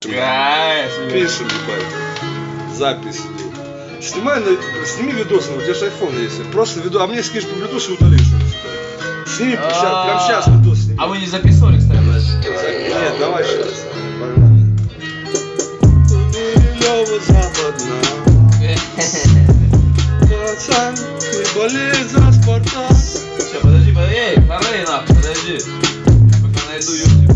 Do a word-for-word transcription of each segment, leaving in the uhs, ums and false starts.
Пишем, ебать. Запись. Снимай, на... сними видос, у тебя же айфон есть. Просто видос, а мне скинешь по блютусу и удалишь. Сними, прям, прям сейчас видос сними. А вы не записывали, кстати? Нет, давай сейчас. Погнали. Лёва западна. Пацан, ты болеешь за Спартак. Все, подожди, подожди, эй, парей нахуй, подожди. Пока найду ютуб.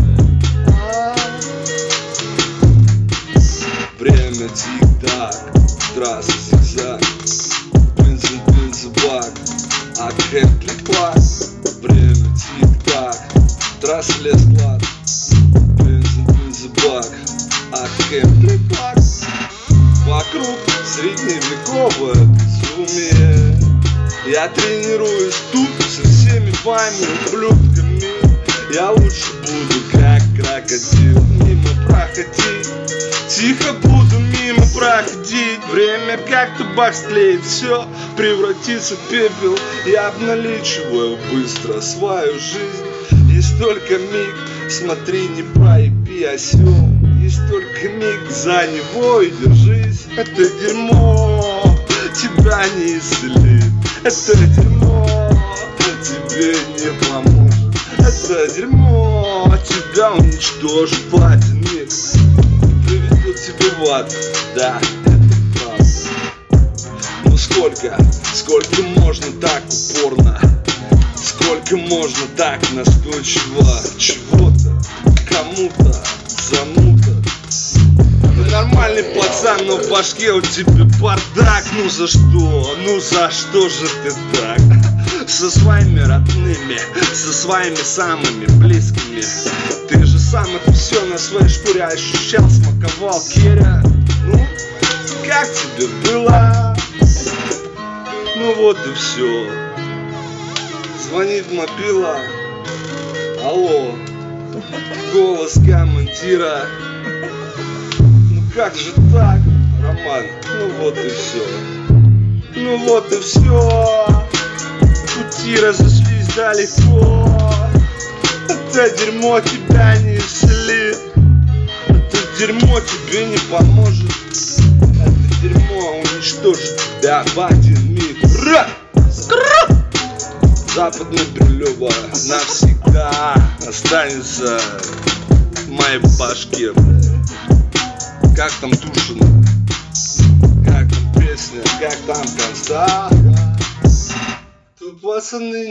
Время тик-так, трасса зигзаг, бензин, бензобак, а кэп клик-клак. Время тик-так, трасса лес-клад, бензин, бензобак, а кэп клик-клак. Вокруг средневековое безумие. Я тренируюсь тут со всеми вами ублюдками. Я лучше буду как крокодил мимо проходить. Тихо буду мимо проходить. Время как табак склеит все, превратится в пепел. Я обналичиваю быстро свою жизнь. Есть только миг, смотри, не проеби, осел. Есть только миг, за него и держись. Это дерьмо тебя не исцелит. Это дерьмо тебе не поможет. Это дерьмо тебя уничтожит. Платин микс приведет тебя в ад. Да, это правда. Ну сколько, сколько можно так упорно? Сколько можно так настойчиво? Чего-то, кому-то, замута. Ты нормальный пацан, но в башке у тебя бардак. Ну за что? Ну за что же ты так? Со своими родными, со своими самыми близкими. Ты же сам это все на своей шкуре ощущал, смаковал керя. Ну, как тебе было? Ну вот и все. Звонит мобила. Алло. Голос командира. Ну как же так, Роман? Ну вот и все. Ну вот и все. Пути разошлись далеко. Это дерьмо тебя не исцелит. Это дерьмо тебе не поможет. Это дерьмо уничтожит тебя в один миг. Западный Брюлёва навсегда останется в моей башке. Как там Тушина? Как там песня? Как там конца? Тут пацаны